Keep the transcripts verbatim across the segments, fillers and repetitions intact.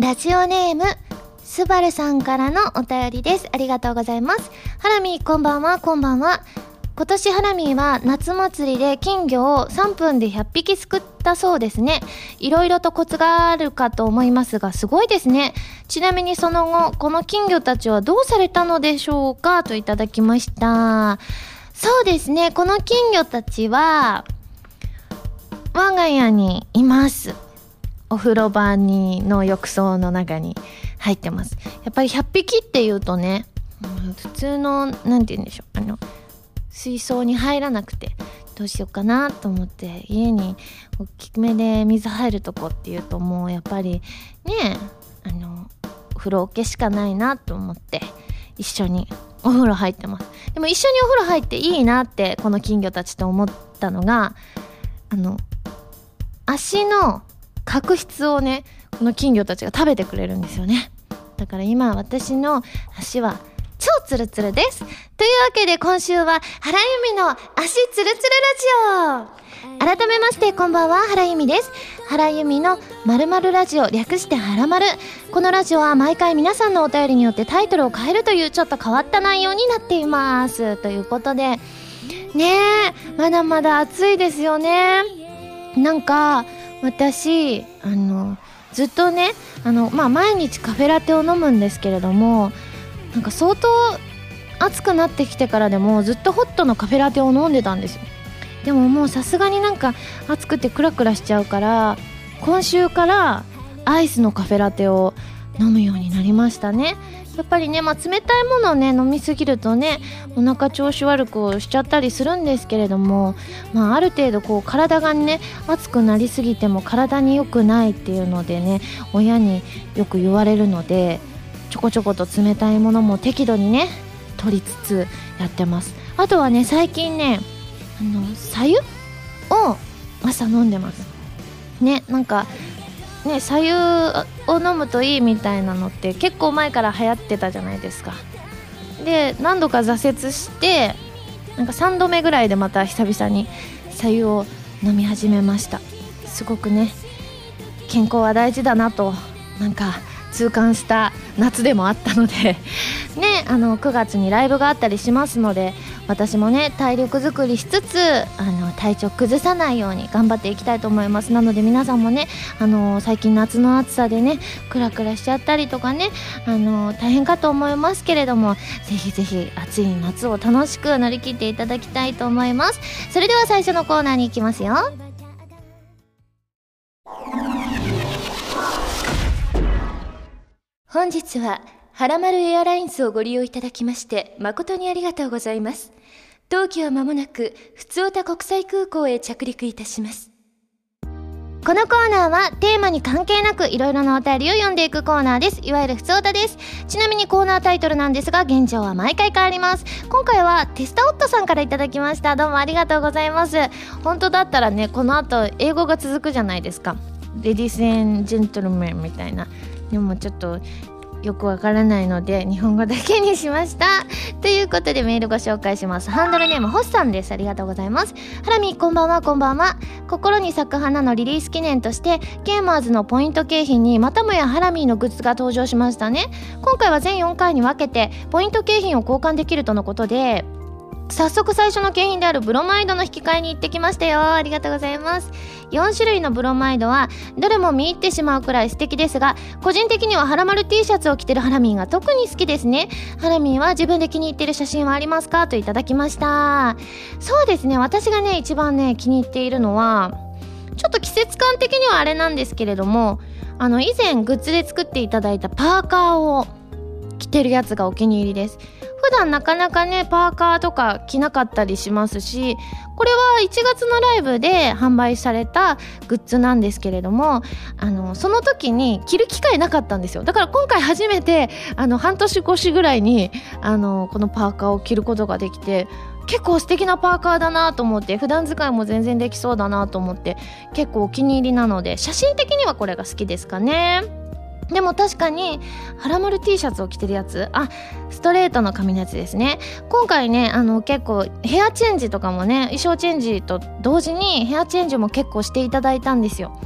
ラジオネームスバルさんからのお便りです。ありがとうございます。ハラミーこんばんは。こんばんは。今年ハラミーは夏祭りで金魚をさんぷんでひゃっぴきすくったそうですね。いろいろとコツがあるかと思いますが、すごいですね。ちなみにその後この金魚たちはどうされたのでしょうか、といただきました。そうですね、この金魚たちは我が家にいます。お風呂場にの浴槽の中に入ってます。やっぱりひゃっぴきっていうとね、普通のなんて言うんでしょう、あの水槽に入らなくてどうしようかなと思って、家に大きめで水入るとこっていうともうやっぱりね、あの風呂桶しかないなと思って一緒にお風呂入ってます。でも一緒にお風呂入っていいなってこの金魚たちと思ったのが、あの足の角質をね、この金魚たちが食べてくれるんですよね。だから今私の足は超ツルツルです。というわけで今週は原由美の足ツルツルラジオ。改めましてこんばんは、原由美です。原由美の〇〇ラジオ、略してはらまる。このラジオは毎回皆さんのお便りによってタイトルを変えるというちょっと変わった内容になっています。ということでねえ、まだまだ暑いですよね。なんか私あのずっとね、あの、まあ、毎日カフェラテを飲むんですけれども、なんか相当暑くなってきてからでもずっとホットのカフェラテを飲んでたんですよ。でももうさすがになんか暑くてクラクラしちゃうから、今週からアイスのカフェラテを飲むようになりましたね。やっぱりね、まあ、冷たいものをね飲みすぎるとね、お腹調子悪くしちゃったりするんですけれども、まあ、ある程度こう体がね熱くなりすぎても体に良くないっていうのでね、親によく言われるので、ちょこちょこと冷たいものも適度にね取りつつやってます。あとはね、最近ね、あの白湯を朝飲んでますね。なんかね、白湯を飲むといいみたいなのって結構前から流行ってたじゃないですか。で何度か挫折して、なんかさんどめぐらいでまた久々に白湯を飲み始めました。すごくね、健康は大事だなとなんか痛感した夏でもあったのでね、あのくがつにライブがあったりしますので、私もね体力作りしつつ、あの体調崩さないように頑張っていきたいと思います。なので皆さんもね、あの最近夏の暑さでねクラクラしちゃったりとかね、あの大変かと思いますけれども、ぜひぜひ暑い夏を楽しく乗り切っていただきたいと思います。それでは最初のコーナーに行きますよ。本日ははらまるエアラインズをご利用いただきまして誠にありがとうございます。当機は間もなくふつおた国際空港へ着陸いたします。このコーナーはテーマに関係なくいろいろなお便りを読んでいくコーナーです。いわゆるふつおたです。ちなみにコーナータイトルなんですが、現状は毎回変わります。今回はテスタオットさんからいただきました。どうもありがとうございます。本当だったらね、この後英語が続くじゃないですか。レディースエンジェントルメンみたいな。でもちょっとよくわからないので日本語だけにしました。ということでメールご紹介します。ハンドルネームホッさんです。ありがとうございます。ハラミこんばんは。こんばんは。心に咲く花のリリース記念としてゲーマーズのポイント景品にまたもやハラミーのグッズが登場しましたね。今回は全よんかいに分けてポイント景品を交換できるとのことで、早速最初の景品であるブロマイドの引き換えに行ってきましたよ。ありがとうございます。よんしゅるいのブロマイドはどれも見入ってしまうくらい素敵ですが、個人的にはハラマル T シャツを着てるハラミーが特に好きですね。ハラミーは自分で気に入ってる写真はありますか、といただきました。そうですね、私がね一番ね気に入っているのは、ちょっと季節感的にはあれなんですけれども、あの以前グッズで作っていただいたパーカーを着てるやつがお気に入りです。普段なかなかねパーカーとか着なかったりしますし、これはいちがつのライブで販売されたグッズなんですけれども、あのその時に着る機会なかったんですよ。だから今回初めてあの半年越しぐらいにあのこのパーカーを着ることができて、結構素敵なパーカーだなと思って、普段使いも全然できそうだなと思って結構お気に入りなので、写真的にはこれが好きですかね。でも確かにハラマル T シャツを着てるやつ、あ、ストレートの髪のやつですね。今回ねあの結構ヘアチェンジとかもね、衣装チェンジと同時にヘアチェンジも結構していただいたんですよ。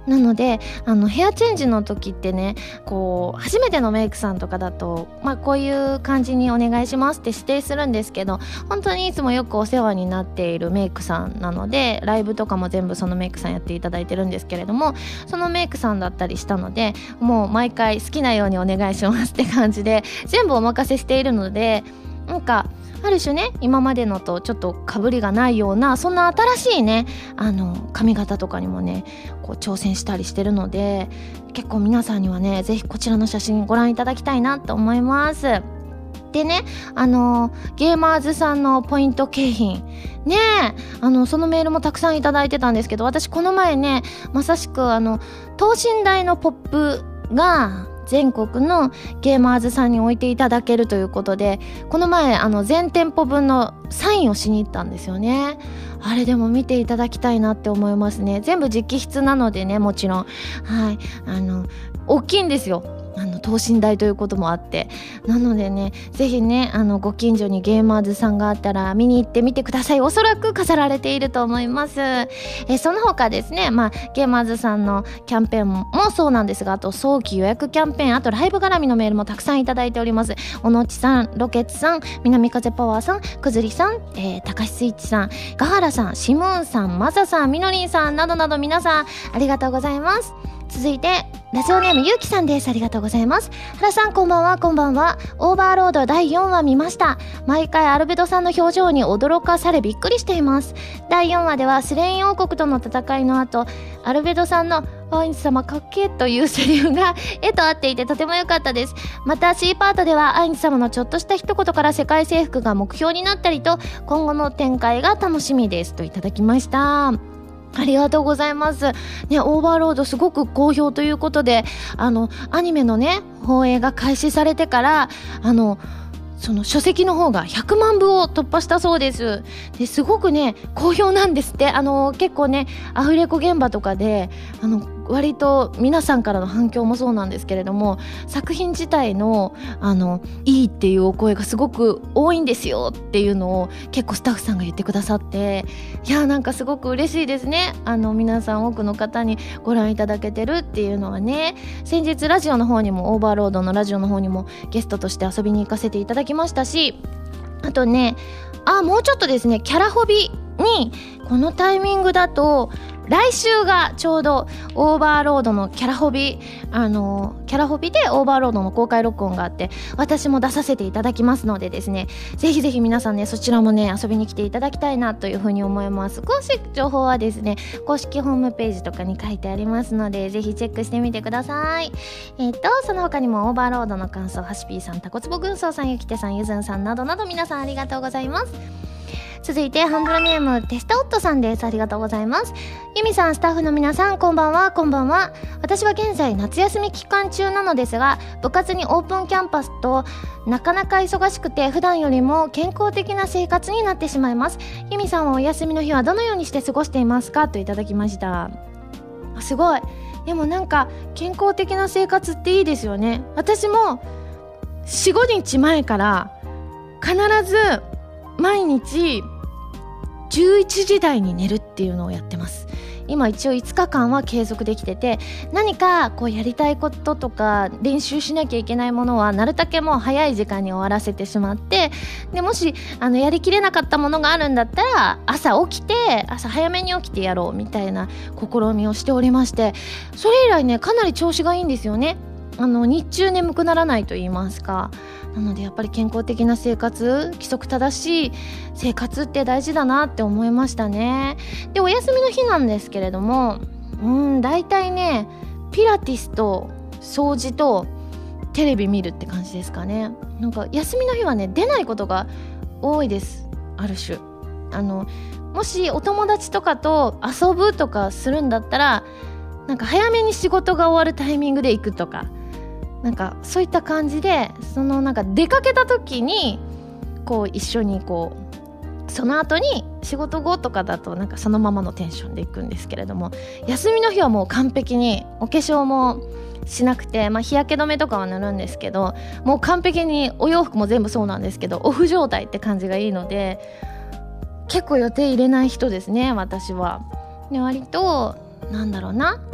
なのであのヘアチェンジの時ってねこう初めてのメイクさんとかだと、まあ、こういう感じにお願いしますって指定するんですけど、本当にいつもよくお世話になっているメイクさんなので、ライブとかも全部そのメイクさんやっていただいてるんですけれども、そのメイクさんだったりしたので、もう毎回好きなようにお願いしますって感じで全部お任せしているので、なんかある種ね今までのとちょっと被りがないような、そんな新しいねあの髪型とかにもねこう挑戦したりしてるので、結構皆さんにはねぜひこちらの写真ご覧いただきたいなと思います。でね、あのゲーマーズさんのポイント景品ねえ、あのそのメールもたくさんいただいてたんですけど、私この前ねまさしくあの等身大のポップが全国のゲーマーズさんに置いていただけるということで、この前あの全店舗分のサインをしに行ったんですよね。あれでも見ていただきたいなって思いますね。全部直筆なのでね、もちろんはいあの大きいんですよ、あの等身大ということもあって。なのでねぜひねあのご近所にゲーマーズさんがあったら見に行ってみてください。おそらく飾られていると思います。えその他ですね、まあ、ゲーマーズさんのキャンペーンもそうなんですが、あと早期予約キャンペーン、あとライブ絡みのメールもたくさんいただいております。おのちさん、ロケッツさん、南風パワーさん、くずりさん、えー、たかしスイッチさん、ガハラさん、シムーンさん、マサさん、みのりんさんなどなど皆さんありがとうございます。続いてラジオネームゆうきさんです。ありがとうございます。原さんこんばんは。こんばんは。オーバーロードだいよんわ見ました。毎回アルベドさんの表情に驚かされびっくりしています。だいよんわではスレイン王国との戦いの後、アルベドさんのアインズ様かっけーというセリフが絵と合っていてとても良かったです。また C パートではアインズ様のちょっとした一言から世界征服が目標になったりと、今後の展開が楽しみですといただきました。ありがとうございます。ね、オーバーロードすごく好評ということで、あの、アニメのね、放映が開始されてから、あの、その書籍の方がひゃくまんぶを突破したそうです。ですごくね好評なんですって。あの結構ねアフレコ現場とかであの割と皆さんからの反響もそうなんですけれども、作品自体のあのいいっていうお声がすごく多いんですよっていうのを結構スタッフさんが言ってくださって、いやなんかすごく嬉しいですね。あの皆さん多くの方にご覧いただけてるっていうのはね。先日ラジオの方にもオーバーロードのラジオの方にもゲストとして遊びに行かせていただきましたし、あとねあもうちょっとですねキャラホビにこのタイミングだと来週がちょうどオーバーロードのキャラホビあのキャラホビでオーバーロードの公開録音があって、私も出させていただきますのでですね、ぜひぜひ皆さんねそちらもね遊びに来ていただきたいなというふうに思います。公式情報はですね公式ホームページとかに書いてありますので、ぜひチェックしてみてください。えっとその他にもオーバーロードの感想、ハシピーさん、タコツボ軍曹さん、ゆきてさん、ゆずんさんなどなど皆さんありがとうございます。続いてハンドルネームテスタオットさんです。ありがとうございます。ゆみさん、スタッフの皆さんこんばんは。こんばんは。私は現在夏休み期間中なのですが、部活にオープンキャンパスとなかなか忙しくて普段よりも健康的な生活になってしまいます。ゆみさんはお休みの日はどのようにして過ごしていますかといただきました。あすごい。でもなんか健康的な生活っていいですよね。私も よん,ご 日前から必ず毎日じゅういちじ台に寝るっていうのをやってます。今一応いつかかんは継続できてて、何かこうやりたいこととか練習しなきゃいけないものはなるだけもう早い時間に終わらせてしまって、でもしあのやりきれなかったものがあるんだったら朝起きて朝早めに起きてやろうみたいな試みをしておりまして、それ以来ねかなり調子がいいんですよね。あの日中眠くならないと言いますか。なのでやっぱり健康的な生活、規則正しい生活って大事だなって思いましたね。でお休みの日なんですけれども、うんだいたいねピラティスと掃除とテレビ見るって感じですかね。なんか休みの日はね出ないことが多いです。ある種あのもしお友達とかと遊ぶとかするんだったら、なんか早めに仕事が終わるタイミングで行くとか、なんかそういった感じで、そのなんか出かけた時にこう一緒にこうその後に仕事後とかだとなんかそのままのテンションで行くんですけれども、休みの日はもう完璧にお化粧もしなくて、まあ、日焼け止めとかは塗るんですけど、もう完璧にお洋服も全部そうなんですけどオフ状態って感じがいいので、結構予定入れない人ですね私は。で割となんだろうな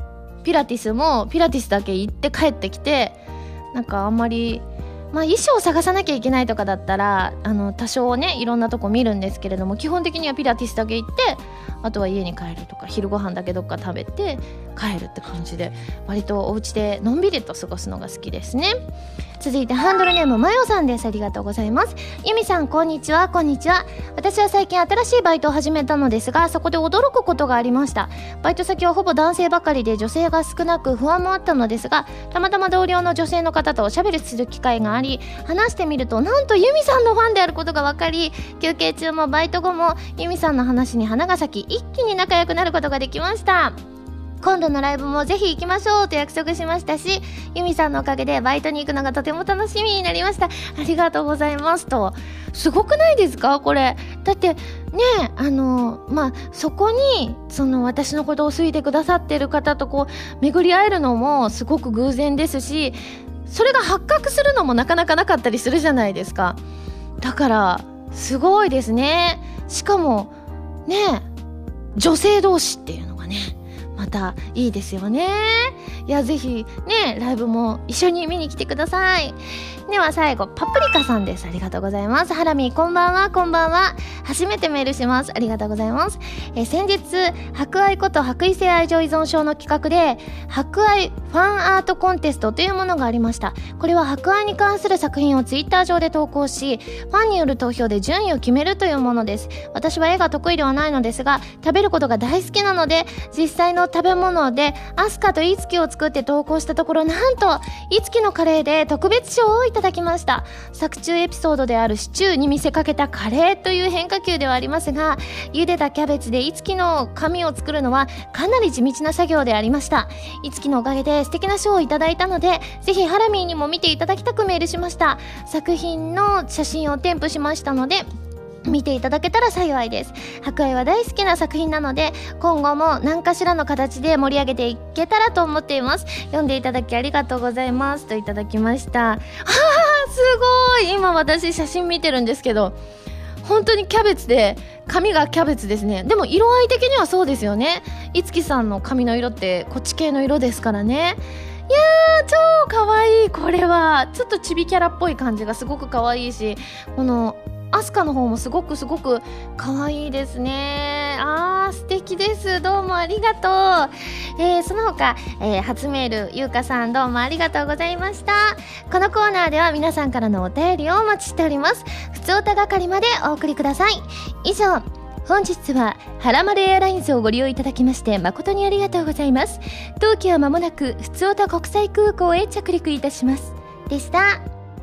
ピラティスもピラティスだけ行って帰ってきて、なんかあんまりまあ衣装を探さなきゃいけないとかだったらあの多少ねいろんなとこ見るんですけれども、基本的にはピラティスだけ行って、あとは家に帰るとか昼ご飯だけどっか食べて帰るって感じで、割とお家でのんびりと過ごすのが好きですね。続いてハンドルネームまよさんです。ありがとうございます。ゆみさんこんにちは。こんにちは。私は最近新しいバイトを始めたのですが、そこで驚くことがありました。バイト先はほぼ男性ばかりで女性が少なく不安もあったのですが、たまたま同僚の女性の方とおしゃべりする機会があり、話してみるとなんとゆみさんのファンであることが分かり、休憩中もバイト後もゆみさんの話に花が咲き、一気に仲良くなることができました。今度のライブもぜひ行きましょうと約束しましたし、ゆみさんのおかげでバイトに行くのがとても楽しみになりました。ありがとうございますと。すごくないですかこれ。だってね、あのまあそこにその私のことを好いてくださっている方とこう巡り会えるのもすごく偶然ですし、それが発覚するのもなかなかなかったりするじゃないですか。だからすごいですね。しかもね、女性同士っていうのがねまたいいですよね。いやぜひねライブも一緒に見に来てください。では最後パプリカさんです。ありがとうございます。ハラミこんばんは。こんばんは。初めてメールします。ありがとうございます。え先日博愛こと博異性愛情依存症の企画で博愛ファンアートコンテストというものがありました。これは博愛に関する作品をツイッター上で投稿し、ファンによる投票で順位を決めるというものです。私は絵が得意ではないのですが、食べることが大好きなので、実際の食べ物でアスカとイツキを作って投稿したところ、なんとイツキのカレーで特別賞をいただきました。作中エピソードであるシチューに見せかけたカレーという変化球ではありますが、茹でたキャベツでイツキの紙を作るのはかなり地道な作業でありました。イツキのおかげで素敵な賞をいただいたので、ぜひハラミーにも見ていただきたくメールしました。作品の写真を添付しましたので見ていただけたら幸いです。博愛は大好きな作品なので、今後も何かしらの形で盛り上げていけたらと思っています。読んでいただきありがとうございますといただきました。はあ、すごい。今私写真見てるんですけど、本当にキャベツで、髪がキャベツですね。でも色合い的にはそうですよね。いつきさんの髪の色ってこっち系の色ですからね。いやー超かわいい。これはちょっとチビキャラっぽい感じがすごくかわいいし、このアスカの方もすごくすごく可愛いですね。あー素敵です。どうもありがとう。えー、その他、えー、初メールゆうかさんどうもありがとうございました。このコーナーでは皆さんからのお便りをお待ちしております。ふつおた係までお送りください。以上、本日ははらまるエアラインズをご利用いただきまして誠にありがとうございます。当機は間もなくふつおた国際空港へ着陸いたしますでした。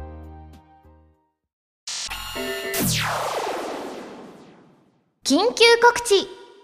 緊急告知。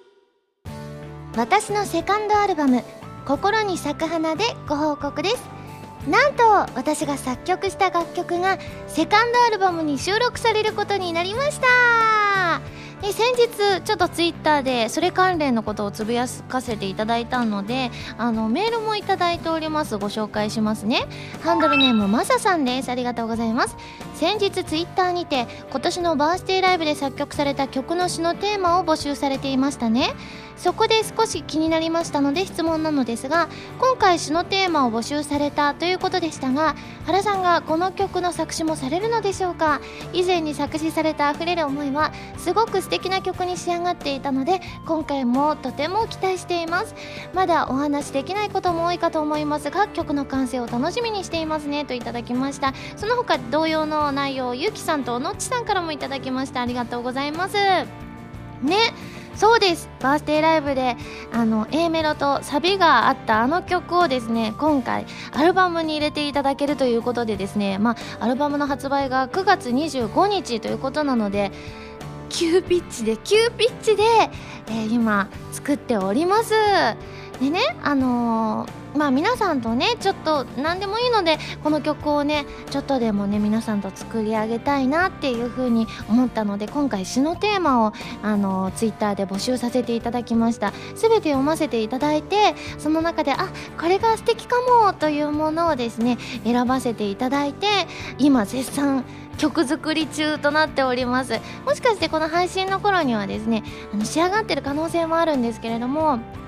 私のセカンドアルバム心に咲く花でご報告です。なんと私が作曲した楽曲がセカンドアルバムに収録されることになりました。で先日ちょっとツイッターでそれ関連のことをつぶやかせていただいたので、あのメールもいただいております。ご紹介しますね。ハンドルネームまささんです。ありがとうございます。先日ツイッターにて今年のバースデーライブで作曲された曲の詩のテーマを募集されていましたね。そこで少し気になりましたので質問なのですが、今回詩のテーマを募集されたということでしたが、原さんがこの曲の作詞もされるのでしょうか。以前に作詞されたあふれる思いはすごく素敵な曲に仕上がっていたので、今回もとても期待しています。まだお話しできないことも多いかと思いますが、曲の完成を楽しみにしていますねといただきました。その他同様の内容をゆきさんとのっちさんからもいただきました。ありがとうございますね。そうです。バースデーライブであの A メロとサビがあったあの曲をですね、今回アルバムに入れていただけるということでですね、まあアルバムの発売がくがつにじゅうごにちということなので、急ピッチで急ピッチで、えー、今作っております。でね、あのー、まあ皆さんとねちょっと何でもいいのでこの曲をねちょっとでもね皆さんと作り上げたいなっていう風に思ったので、今回詩のテーマをあのー、ツイッターで募集させていただきました。すべて読ませていただいて、その中であこれが素敵かもというものをですね選ばせていただいて、今絶賛曲作り中となっております。もしかしてこの配信の頃にはですねあの仕上がってる可能性もあるんですけれども、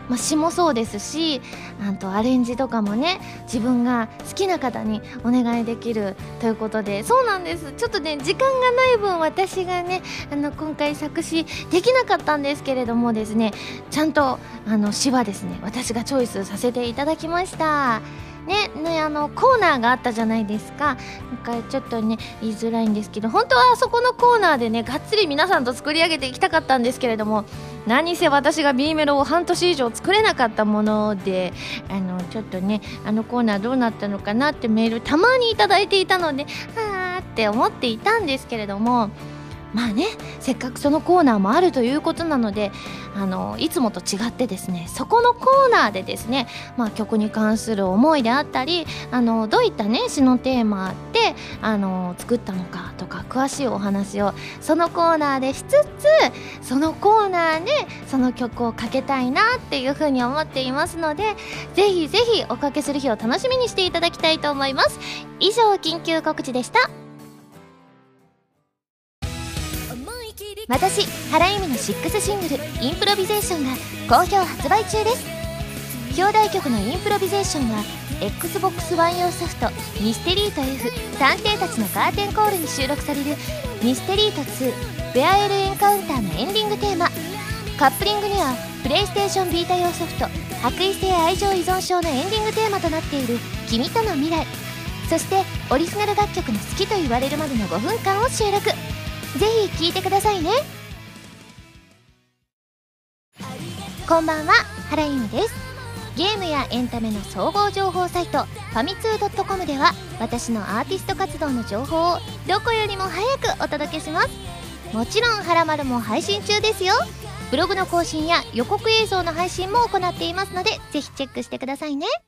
まあ、詩もそうですし、あとアレンジとかもね自分が好きな方にお願いできるということで、そうなんです。ちょっとね時間がない分私がねあの今回作詞できなかったんですけれどもですね、ちゃんとあの詩はですね私がチョイスさせていただきましたね。ね、あのコーナーがあったじゃないですか。なんかちょっとね言いづらいんですけど、本当はあそこのコーナーでねがっつり皆さんと作り上げていきたかったんですけれども、何せ私が B メロを半年以上作れなかったもので、あのちょっとねあのコーナーどうなったのかなってメールたまにいただいていたので、はーって思っていたんですけれども、まあねせっかくそのコーナーもあるということなので、あのいつもと違ってですねそこのコーナーでですね、まあ、曲に関する思いであったり、あのどういったね詩のテーマであの作ったのかとか詳しいお話をそのコーナーでしつつ、そのコーナーでその曲をかけたいなっていうふうに思っていますので、ぜひぜひおかけする日を楽しみにしていただきたいと思います。以上緊急告知でした。私原由美のシックスシングルインプロビゼーションが好評発売中です。表題曲のインプロビゼーションは エックスボックスワン 用ソフトミステリート F 探偵たちのカーテンコールに収録されるミステリートツーベアエルエンカウンターのエンディングテーマ。カップリングにはプレイステーションビータ用ソフト白衣性愛情依存症のエンディングテーマとなっている君との未来、そしてオリジナル楽曲の好きと言われるまでのごふんかんを収録。ぜひ聴いてくださいね。こんばんは、原由美です。ゲームやエンタメの総合情報サイトファミツー .com では私のアーティスト活動の情報をどこよりも早くお届けします。もちろんはらまるも配信中ですよ。ブログの更新や予告映像の配信も行っていますのでぜひチェックしてくださいね。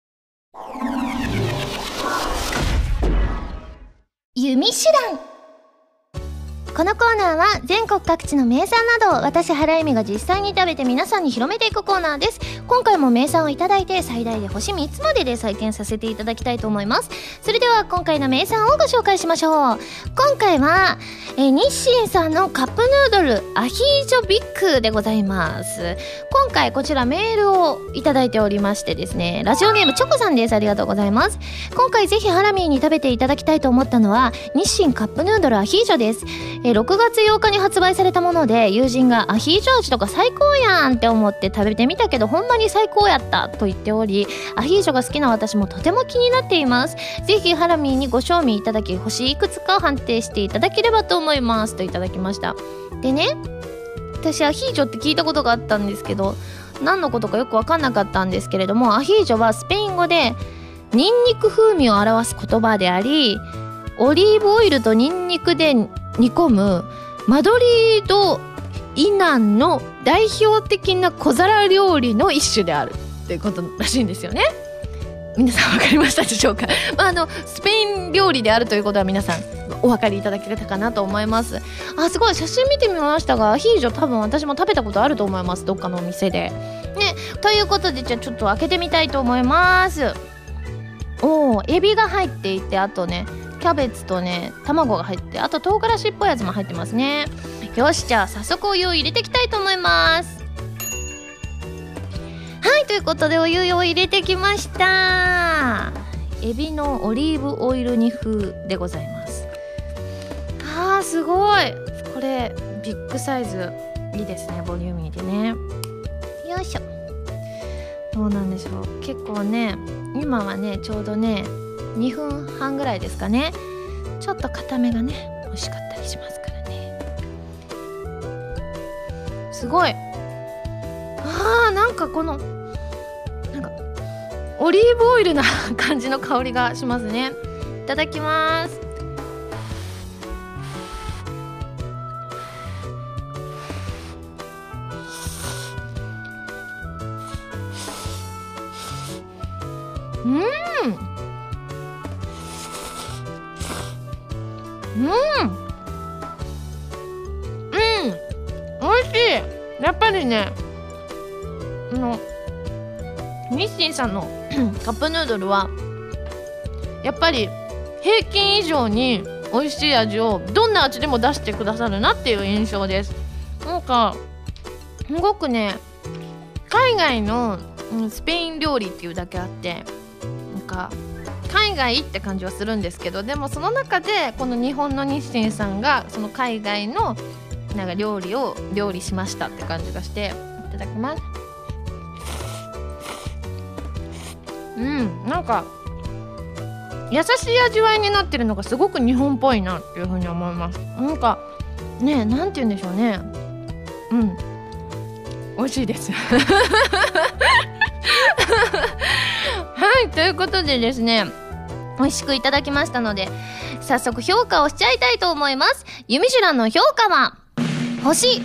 弓手段。このコーナーは全国各地の名産などを私原由美が実際に食べて皆さんに広めていくコーナーです。今回も名産をいただいて最大で星みっつまでで採点させていただきたいと思います。それでは今回の名産をご紹介しましょう。今回はえ日清さんのカップヌードルアヒージョビッグでございます。今回こちらメールをいただいておりましてですね、ラジオネームチョコさんです。ありがとうございます。今回ぜひハラミーに食べていただきたいと思ったのは日清カップヌードルアヒージョです。えろくがつようかに発売されたもので、友人がアヒージョ味とか最高やんって思って食べてみたけどほんまに最高やったと言っており、アヒージョが好きな私もとても気になっています。ぜひハラミーにご賞味いただき星いくつかを判定していただければと思いますといただきました。でね、私アヒージョって聞いたことがあったんですけど何のことかよく分かんなかったんですけれども、アヒージョはスペイン語でニンニク風味を表す言葉であり、オリーブオイルとニンニクで煮込むマドリードイナンの代表的な小皿料理の一種であるということらしいんですよね。皆さん分かりましたでしょうか。まあ、あのスペイン料理であるということは皆さんお分かりいただけたかなと思います。あ、すごい写真見てみましたがアヒージョ多分私も食べたことあると思います、どっかのお店でね。ということでじゃあちょっと開けてみたいと思います。おー、エビが入っていて、あとねキャベツとね卵が入って、あと唐辛子っぽいやつも入ってますね。よし、じゃあ早速お湯を入れていきたいと思います。はい、ということでお湯を入れてきました。エビのオリーブオイル煮風でございます。あーすごい、これビッグサイズいいですね、ボリューミーでね。よいしょ。どうなんでしょう、結構ね今はねちょうどねにふんはんぐらいですかね。ちょっと固めがね美味しかったりしますからね。すごい、あーなんかこのなんかオリーブオイルな感じの香りがしますね。いただきます。うん、うん、うん、美味しい。やっぱりね、あの日清さんのカップヌードルはやっぱり平均以上に美味しい味をどんな味でも出してくださるなっていう印象です。なんかすごくね海外の、うん、スペイン料理っていうだけあって、なんか海外って感じはするんですけど、でもその中でこの日本の日清さんがその海外のなんか料理を料理しましたって感じがして、いただきます。うん、なんか優しい味わいになってるのがすごく日本っぽいなっていうふうに思います。なんかね、なんて言うんでしょうね、うん、美味しいですはい、ということでですね、美味しくいただきましたので、早速評価をしちゃいたいと思います。ユミシュランの評価は星 に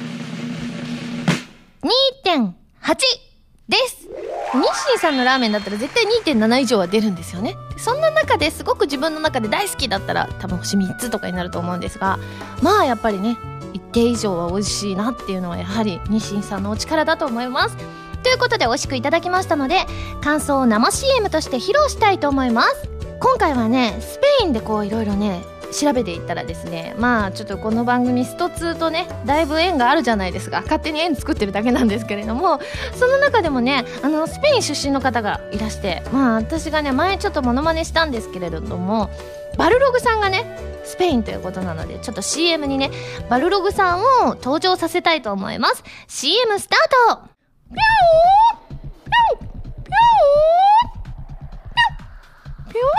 てんはち です。日清さんのラーメンだったら絶対 にてんなな 以上は出るんですよね。そんな中ですごく自分の中で大好きだったら多分星みっつとかになると思うんですが、まあやっぱりね一定以上は美味しいなっていうのはやはり日清さんのお力だと思います。ということで美味しくいただきましたので、感想を生 シーエム として披露したいと思います。今回はねスペインでこういろいろね調べていったらですね、まあちょっとこの番組ストツーとねだいぶ縁があるじゃないですか。勝手に縁作ってるだけなんですけれども、その中でもねあのスペイン出身の方がいらして、まあ私がね前ちょっとモノマネしたんですけれども、バルログさんがねスペインということなので、ちょっと シーエム にねバルログさんを登場させたいと思います。 シーエム スタート。ピョーピョーピョーピョーピョーピョー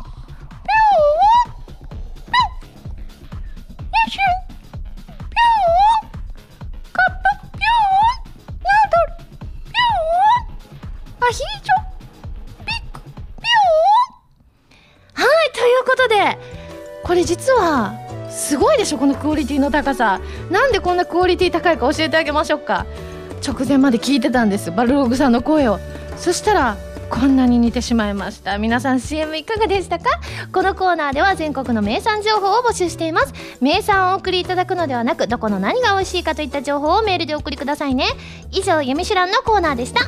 これ実はすごいでしょ、このクオリティの高さ。なんでこんなクオリティ高いか教えてあげましょうか。直前まで聞いてたんです、バルログさんの声を。そしたらこんなに似てしまいました。皆さん シーエム いかがでしたか？このコーナーでは全国の名産情報を募集しています。名産をお送りいただくのではなく、どこの何が美味しいかといった情報をメールでお送りくださいね。以上、ユミシュランのコーナーでした。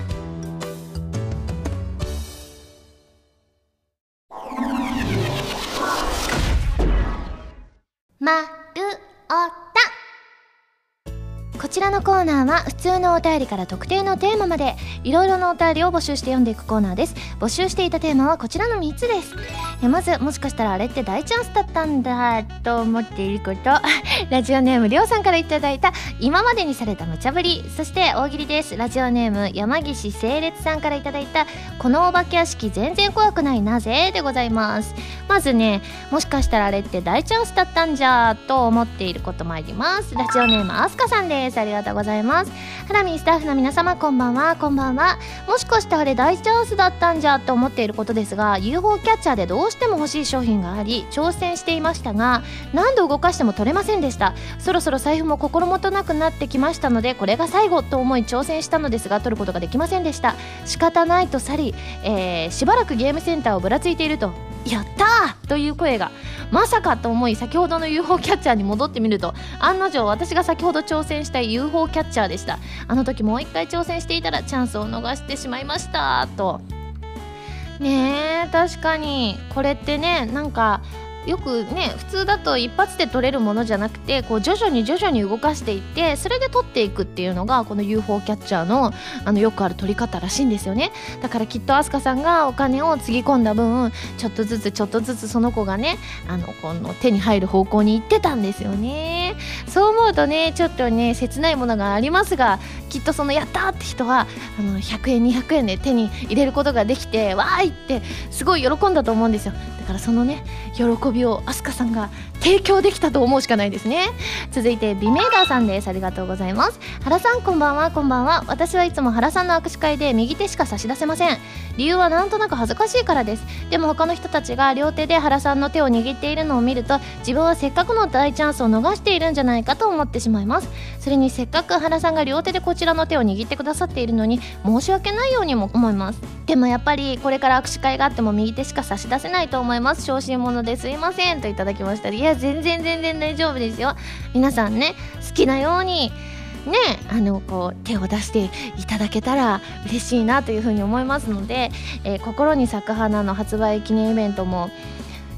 まるおた。こちらのコーナーは普通のお便りから特定のテーマまでいろいろなお便りを募集して読んでいくコーナーです。募集していたテーマはこちらのみっつです。えまず、もしかしたらあれって大チャンスだったんだと思っていること。ラジオネームりょうさんからいただいた今までにされた無茶ぶり。そして大喜利です。ラジオネーム山岸整列さんからいただいたこのお化け屋敷全然怖くないなぜでございます。まずね、もしかしたらあれって大チャンスだったんじゃと思っていること参ります。ラジオネームあすかさんです。ありがとうございます。ハラミスタッフの皆様こんばんは。こんばんは。もしかしてあれ大チャンスだったんじゃと思っていることですが、 ユーフォー キャッチャーでどうしても欲しい商品があり挑戦していましたが、何度動かしても取れませんでした。そろそろ財布も心もとなくなってきましたので、これが最後と思い挑戦したのですが、取ることができませんでした。仕方ないと去り、えー、しばらくゲームセンターをぶらついていると、やったーという声が、まさかと思い先ほどの ユーフォー キャッチャーに戻ってみると、案の定私が先ほど挑戦した ユーフォー キャッチャーでした。あの時もう一回挑戦していたらチャンスを逃してしまいましたと。ねえ、確かにこれってね、なんかよくね、普通だと一発で取れるものじゃなくて、こう徐々に徐々に動かしていって、それで取っていくっていうのがこの ユーフォー キャッチャーのあのよくある取り方らしいんですよね。だからきっとアスカさんがお金をつぎ込んだ分、ちょっとずつちょっとずつその子がね、あのこの手に入る方向に行ってたんですよね。そう思うとね、ちょっとね切ないものがありますが、きっとそのやったーって人はあのひゃくえんにひゃくえんで手に入れることができて、わーいってすごい喜んだと思うんですよ。だからそのね喜びをアスカさんが提供できたと思うしかないですね。続いてビメーダーさんです。ありがとうございます。原さんこんばんは。こんばんは。私はいつも原さんの握手会で右手しか差し出せません。理由はなんとなく恥ずかしいからです。でも他の人たちが両手で原さんの手を握っているのを見ると、自分はせっかくの大チャンスを逃しているんじゃないかと思ってしまいます。それにせっかく原さんが両手でこちらの手を握ってくださっているのに申し訳ないようにも思います。でもやっぱりこれから握手会があっても右手しか差し出せないと思います。小心者ですいませんといただきました。いや全然全然大丈夫ですよ。皆さんね、好きなようにね、あのこう手を出していただけたら嬉しいなというふうに思いますので、えー、心に咲く花の発売記念イベントも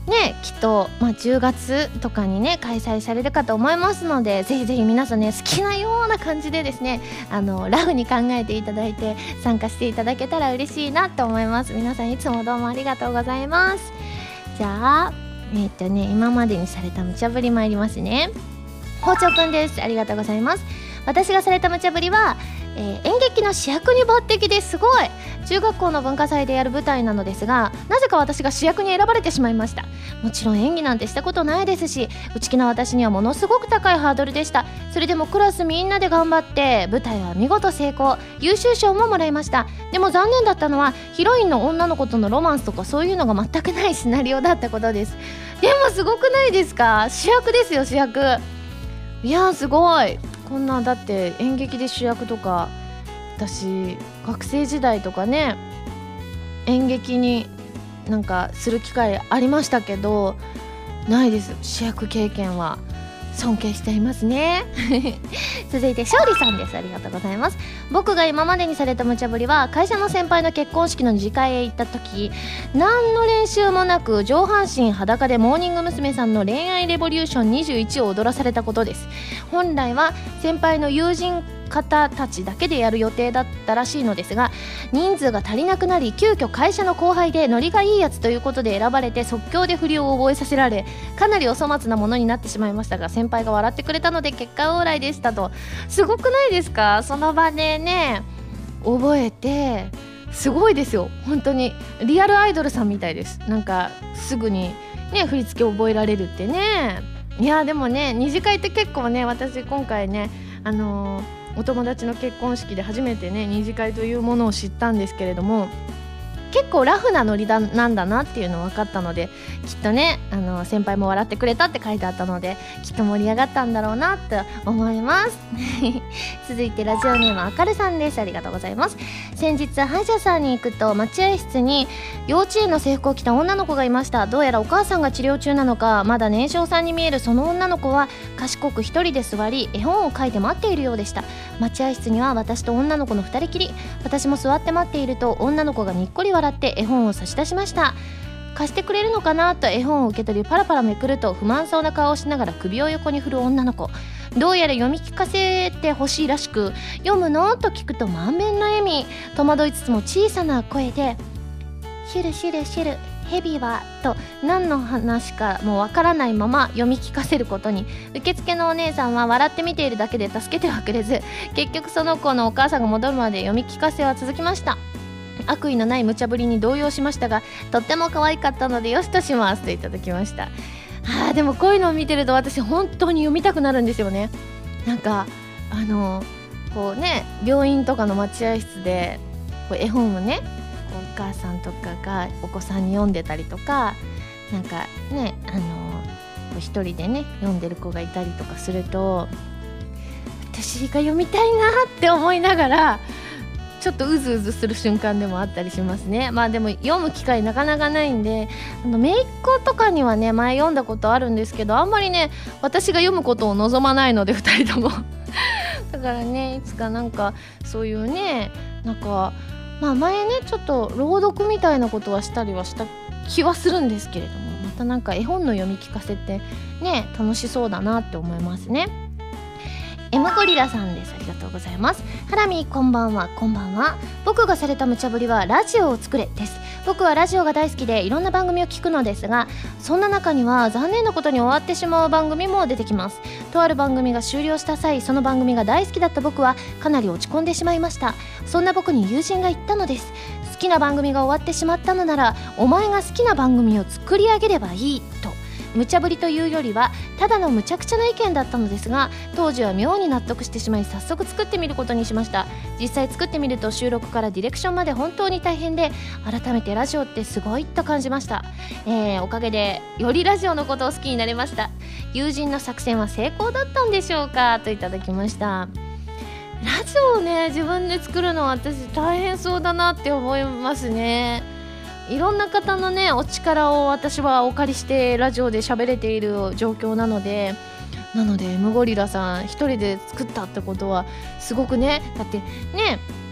ねきっと、まあ、じゅうがつとかにね開催されるかと思いますので、ぜひぜひ皆さんね好きなような感じでですね、あのラフに考えていただいて参加していただけたら嬉しいなと思います。皆さんいつもどうもありがとうございます。じゃあえっとね今までにされた無茶ぶり参りますね。包丁くんです。ありがとうございます。私がされた無茶ぶりは、えー、演劇の主役に抜擢です。すごい。中学校の文化祭でやる舞台なのですが、なぜか私が主役に選ばれてしまいました。もちろん演技なんてしたことないですし、内気な私にはものすごく高いハードルでした。それでもクラスみんなで頑張って舞台は見事成功、優秀賞ももらいました。でも残念だったのはヒロインの女の子とのロマンスとかそういうのが全くないシナリオだったことです。でもすごくないですか？主役ですよ、主役。いやーすごい。こんなだって演劇で主役とか、私学生時代とかね演劇になんかする機会ありましたけど、ないです、主役経験は。尊敬していますね続いて勝利さんです。ありがとうございます。僕が今までにされた無茶ぶりは、会社の先輩の結婚式の二次会へ行った時、何の練習もなく上半身裸でモーニング娘。さんの恋愛レボリューションにじゅういちを踊らされたことです。本来は先輩の友人方たちだけでやる予定だったらしいのですが、人数が足りなくなり、急遽会社の後輩でノリがいいやつということで選ばれて、即興で振りを覚えさせられ、かなりお粗末なものになってしまいましたが、先輩が笑ってくれたので結果オーライでしたと。すごくないですか？その場でね覚えて、すごいですよ本当に。リアルアイドルさんみたいです。なんかすぐにね振り付け覚えられるってね。いやでもね二次会って結構ね、私今回ねあのーお友達の結婚式で初めてね二次会というものを知ったんですけれども、結構ラフなノリだなんだなっていうの分かったので、きっとねあの先輩も笑ってくれたって書いてあったので、きっと盛り上がったんだろうなって思います続いてラジオネームあかるさんです。ありがとうございます。先日歯医者さんに行くと、待合室に幼稚園の制服を着た女の子がいました。どうやらお母さんが治療中なのか、まだ年少さんに見えるその女の子は賢く一人で座り、絵本を書いて待っているようでした。待合室には私と女の子の二人きり。私も座って待っていると、女の子がにっこり笑って絵本を差し出しました。貸してくれるのかなと絵本を受け取り、パラパラめくると不満そうな顔をしながら首を横に振る女の子。どうやら読み聞かせてほしいらしく、読むのと聞くと満面の笑み、戸惑いつつも小さな声でシュルシュルシュルヘビはと何の話かもうわからないまま読み聞かせることに。受付のお姉さんは笑って見ているだけで助けてはくれず、結局その子のお母さんが戻るまで読み聞かせは続きました。悪意のない無茶ぶりに動揺しましたが、とっても可愛かったのでよしとしますといただきました。あーでもこういうのを見てると私本当に読みたくなるんですよね。なんかあのこうね病院とかの待合室でこう絵本をねこうお母さんとかがお子さんに読んでたりとか、なんかねあの一人でね読んでる子がいたりとかすると、私が読みたいなって思いながらちょっとうずうずする瞬間でもあったりしますね。まあでも読む機会なかなかないんで、あの姪っ子とかにはね前読んだことあるんですけど、あんまりね私が読むことを望まないのでふたりともだからねいつかなんかそういうねなんかまあ前ねちょっと朗読みたいなことはしたりはした気はするんですけれども、またなんか絵本の読み聞かせってね楽しそうだなって思いますね。エムゴリラさんです。ありがとうございます。ハラミこんばんは。こんばんは。僕がされた無茶ぶりはラジオを作れです。僕はラジオが大好きでいろんな番組を聞くのですが、そんな中には残念なことに終わってしまう番組も出てきます。とある番組が終了した際、その番組が大好きだった僕はかなり落ち込んでしまいました。そんな僕に友人が言ったのです。好きな番組が終わってしまったのなら、お前が好きな番組を作り上げればいいと。無茶ぶりというよりはただの無茶苦茶な意見だったのですが、当時は妙に納得してしまい早速作ってみることにしました。実際作ってみると収録からディレクションまで本当に大変で、改めてラジオってすごいと感じました。えー、おかげでよりラジオのことを好きになれました。友人の作戦は成功だったんでしょうかといただきました。ラジオをね自分で作るのは私大変そうだなって思いますね。いろんな方のねお力を私はお借りしてラジオで喋れている状況なのでなのでムゴリラさん一人で作ったってことはすごくね、だってね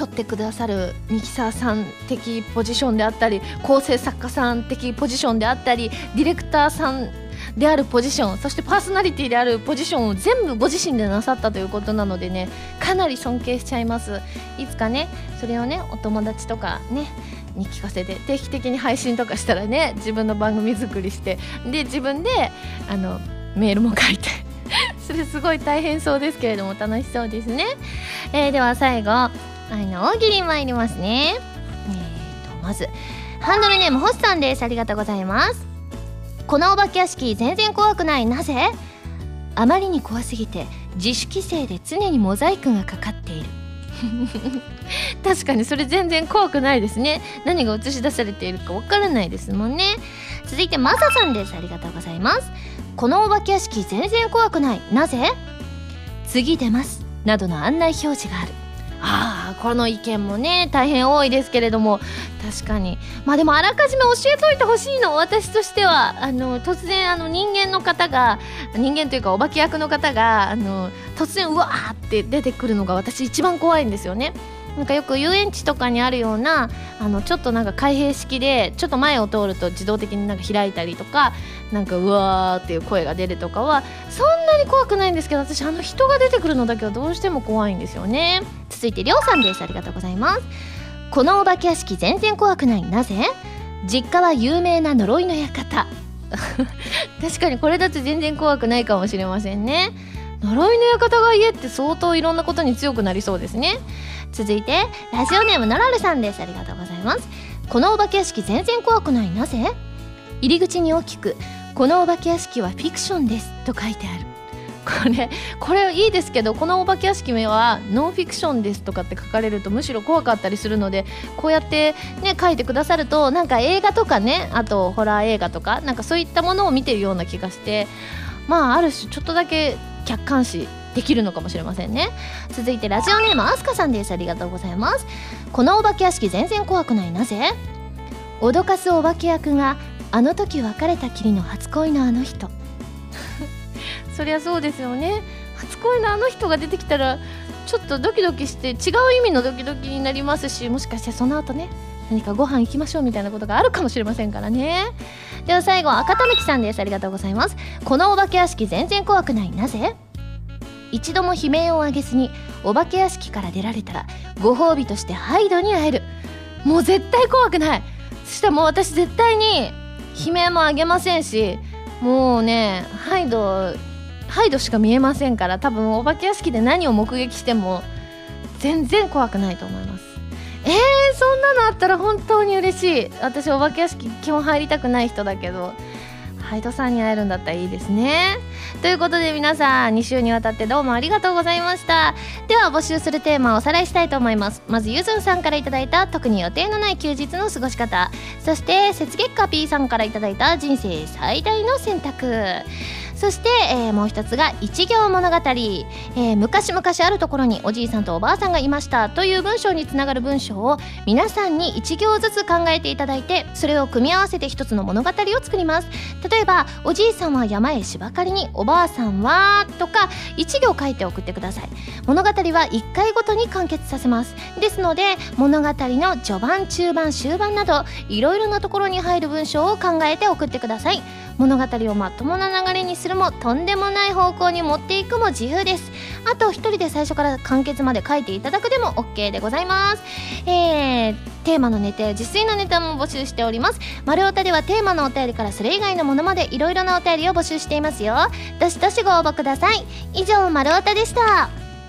取ってくださるミキサーさん的ポジションであったり、構成作家さん的ポジションであったり、ディレクターさんであるポジション、そしてパーソナリティであるポジションを全部ご自身でなさったということなのでね、かなり尊敬しちゃいます。いつかねそれをねお友達とかねに聞かせて、定期的に配信とかしたらね、自分の番組作りして、で自分であのメールも書いてそれすごい大変そうですけれども楽しそうですね。えー、では最後あの大喜利参りますね。えーとまずハンドルネーム星さんです。ありがとうございます。このお化け屋敷全然怖くない。なぜ？あまりに怖すぎて自主規制で常にモザイクがかかっている確かにそれ全然怖くないですね。何が映し出されているかわからないですもんね。続いてマサさんです。ありがとうございます。このお化け屋敷全然怖くない。なぜ？次出ますなどの案内表示がある。ああ、この意見もね大変多いですけれども、確かにまあでもあらかじめ教えといてほしいの、私としては。あの突然あの人間の方が人間というかお化け役の方があの突然うわーって出てくるのが私一番怖いんですよね。なんかよく遊園地とかにあるようなあのちょっとなんか開閉式でちょっと前を通ると自動的になんか開いたりとか、なんかうわーっていう声が出るとかはそんなに怖くないんですけど、私あの人が出てくるのだけはどうしても怖いんですよね。続いてりょうさんです。ありがとうございます。このお化け屋敷全然怖くない。なぜ？実家は有名な呪いの館確かにこれだと全然怖くないかもしれませんね。呪いの館が家って相当いろんなことに強くなりそうですね。続いてラジオネームナラルさんです。ありがとうございます。このお化け屋敷全然怖くない。なぜ？入り口に大きくこのお化け屋敷はフィクションですと書いてある。これこれいいですけど、このお化け屋敷はノンフィクションですとかって書かれるとむしろ怖かったりするので、こうやってね書いてくださるとなんか映画とかね、あとホラー映画とかなんかそういったものを見てるような気がして、まあある種ちょっとだけ客観視できるのかもしれませんね。続いてラジオネームアスカさんです。ありがとうございます。このお化け屋敷全然怖くない。なぜ？脅かすお化け役があの時別れたきりの初恋のあの人そりゃそうですよね。初恋のあの人が出てきたらちょっとドキドキして違う意味のドキドキになりますし、もしかしてその後ね何かご飯行きましょうみたいなことがあるかもしれませんからね。では最後赤たぬきさんです。ありがとうございます。このお化け屋敷全然怖くない。なぜ？一度も悲鳴を上げずにお化け屋敷から出られたらご褒美としてハイドに会える。もう絶対怖くない。そしたらもう私絶対に悲鳴も上げませんし、もうねハイドハイドしか見えませんから、多分お化け屋敷で何を目撃しても全然怖くないと思います。えー、そんなのあったら本当に嬉しい。私お化け屋敷基本入りたくない人だけど、ハイドさんに会えるんだったらいいですね。ということで皆さんに週にわたってどうもありがとうございました。では募集するテーマをおさらいしたいと思います。まずゆずんさんからいただいた特に予定のない休日の過ごし方、そして雪月花 P さんからいただいた人生最大の選択、そして、えー、もう一つが一行物語、えー、昔々あるところにおじいさんとおばあさんがいましたという文章につながる文章を皆さんに一行ずつ考えていただいて、それを組み合わせて一つの物語を作ります。例えばおじいさんは山へ芝刈りに、おばあさんはとか一行書いて送ってください。物語はいっかいごとに完結させます。ですので物語の序盤中盤終盤などいろいろなところに入る文章を考えて送ってください。物語をまともな流れにするもとんでもない方向に持っていくも自由です。あと一人で最初から完結まで書いていただくでも OK でございます。えー、テーマのネタや自炊のネタも募集しております。丸太ではテーマのお便りからそれ以外のものまでいろいろなお便りを募集していますよ。どしどしご応募ください。以上丸太でした。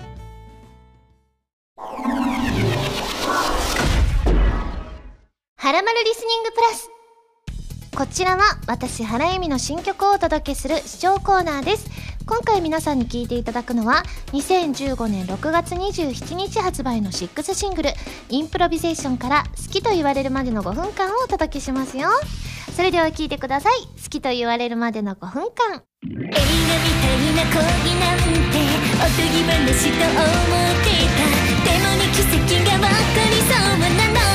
はらまるリスニングプラス、こちらは私原由美の新曲をお届けする視聴コーナーです。今回皆さんに聴いていただくのはにせんじゅうごねんろくがつにじゅうしちにち発売のシックスシングルインプロビゼーションから好きと言われるまでのごふんかんをお届けしますよ。それでは聴いてください。好きと言われるまでのごふんかん。 映画みたいな恋なんておとぎ話と思っていた。でもね奇跡がわかりそうなの。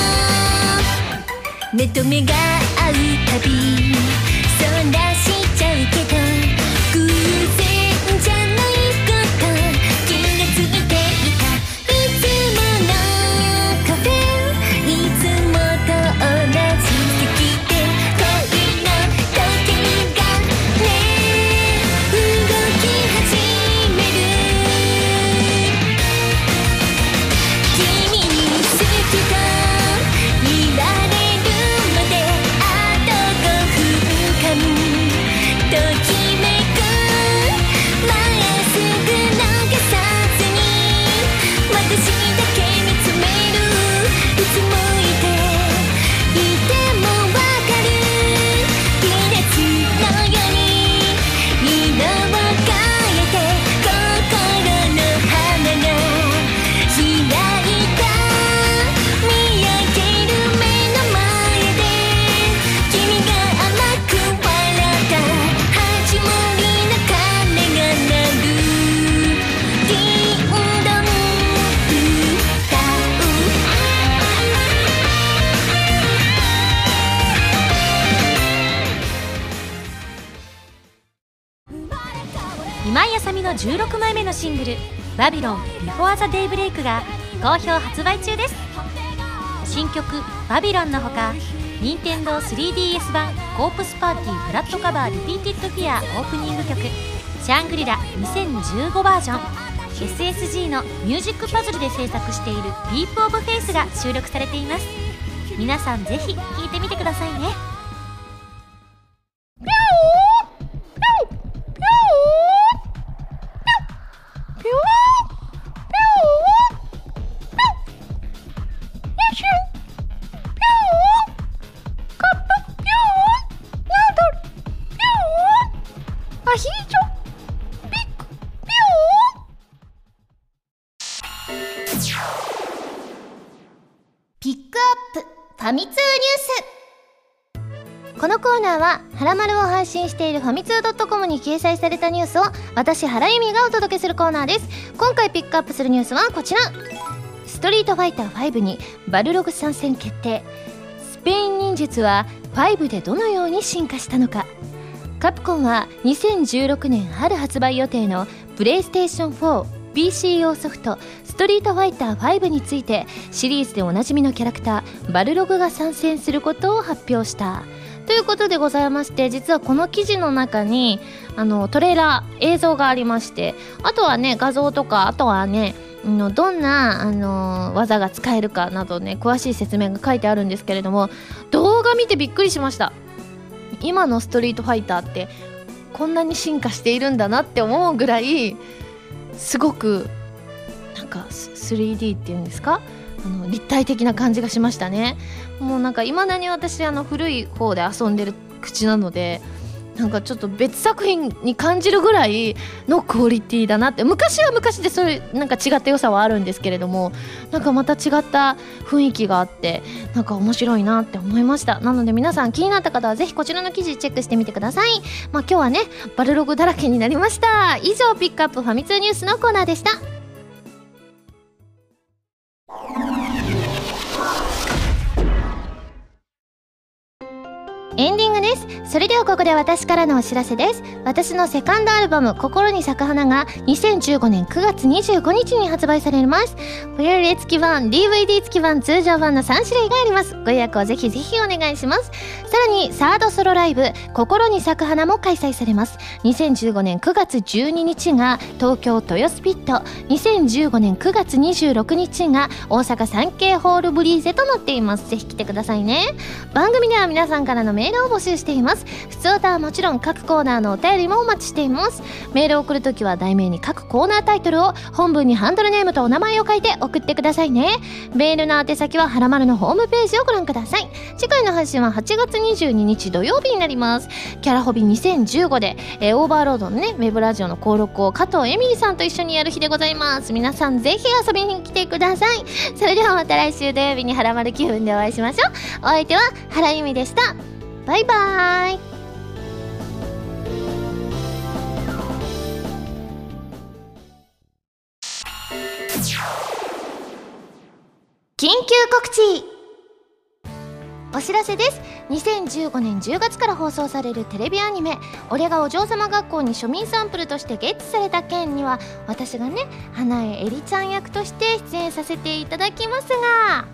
目と目が合うたびそらしちゃうけど偶然じゃないこと気がついていた。いつもの今井あさみのじゅうろくまいめのシングル「バビロンビフォーザデイブレイクが好評発売中です。新曲「バビロン」のほか任天堂 スリーディーエス 版コープスパーティーフラットカバーリピーティッドフィアオープニング曲シャングリラにせんじゅうごバージョン エスエスジー のミュージックパズルで制作しているディープオブフェイスが収録されています。皆さんぜひ聴いてみてくださいね。 ピックアップファミ通ニュース。このコーナーはハラマルを配信しているファミツー .com に掲載されたニュースを私原由美がお届けするコーナーです。今回ピックアップするニュースはこちら。ストリートファイターファイブにバルログ参戦決定。スペイン忍術はファイブでどのように進化したのか。カプコンはにせんじゅうろくねん春発売予定のプレイステーションフォーピーシー 用ソフトストリートファイターファイブについてシリーズでおなじみのキャラクターバルログが参戦することを発表したということでございまして、実はこの記事の中にあのトレーラー映像がありまして、あとはね画像とか、あとはねどんなあの技が使えるかなどね詳しい説明が書いてあるんですけれども、動画見てびっくりしました。今のストリートファイターってこんなに進化しているんだなって思うぐらいすごくなんか スリーディー っていうんですか、あの立体的な感じがしましたね。もうなんか未だに私あの古い方で遊んでる口なので、なんかちょっと別作品に感じるぐらいのクオリティだなって。昔は昔でそういうなんか違った良さはあるんですけれども、なんかまた違った雰囲気があってなんか面白いなって思いました。なので皆さん気になった方はぜひこちらの記事チェックしてみてください。まあ今日はねバルログだらけになりました。以上ピックアップファミ通ニュースのコーナーでした。エンディングです。それではここで私からのお知らせです。私のセカンドアルバム心に咲く花がにせんじゅうごねんくがつにじゅうごにちに発売されます。プレレ付き版、 ディーブイディー 付き版、通常版のさんしゅるいがあります。ご予約をぜひぜひお願いします。さらにサードソロライブ心に咲く花も開催されます。にせんじゅうごねんくがつじゅうににちが東京豊洲ピット、にせんじゅうごねんくがつにじゅうろくにちが大阪サンケイホールブリーゼとなっています。ぜひ来てくださいね。番組では皆さんからのメールを募集しています。普通歌はもちろん各コーナーのお便りもお待ちしています。メールを送るときは題名に各コーナータイトルを、本文にハンドルネームとお名前を書いて送ってくださいね。メールの宛先ははらまるのホームページをご覧ください。次回の配信ははちがつにじゅうににち土曜日になります。キャラホビにせんじゅうごで、えー、オーバーロードのねウェブラジオの登録を加藤エミリさんと一緒にやる日でございます。皆さんぜひ遊びに来てください。それではまた来週土曜日にはらまる気分でお会いしましょう。お相手は原由美でした。バイバーイ。緊急告知お知らせです。にせんじゅうごねんじゅうがつから放送されるテレビアニメ「俺がお嬢様学校」に庶民サンプルとしてゲッツされた件には、私がね花江えりちゃん役として出演させていただきますが、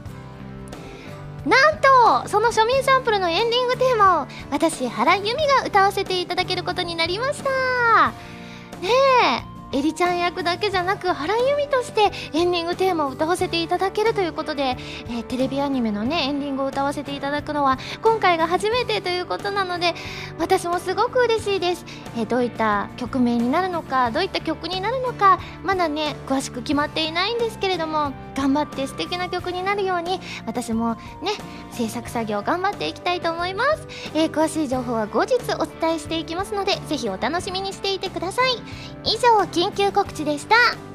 なんとその庶民サンプルのエンディングテーマを私原由美が歌わせていただけることになりましたね。えエリちゃん役だけじゃなく原由美としてエンディングテーマを歌わせていただけるということで、えー、テレビアニメのねエンディングを歌わせていただくのは今回が初めてということなので、私もすごく嬉しいです。えー、どういった曲名になるのか、どういった曲になるのかまだね詳しく決まっていないんですけれども、頑張って素敵な曲になるように私もね制作作業頑張っていきたいと思います。えー、詳しい情報は後日お伝えしていきますので、ぜひお楽しみにしていてください。以上緊急告知でした。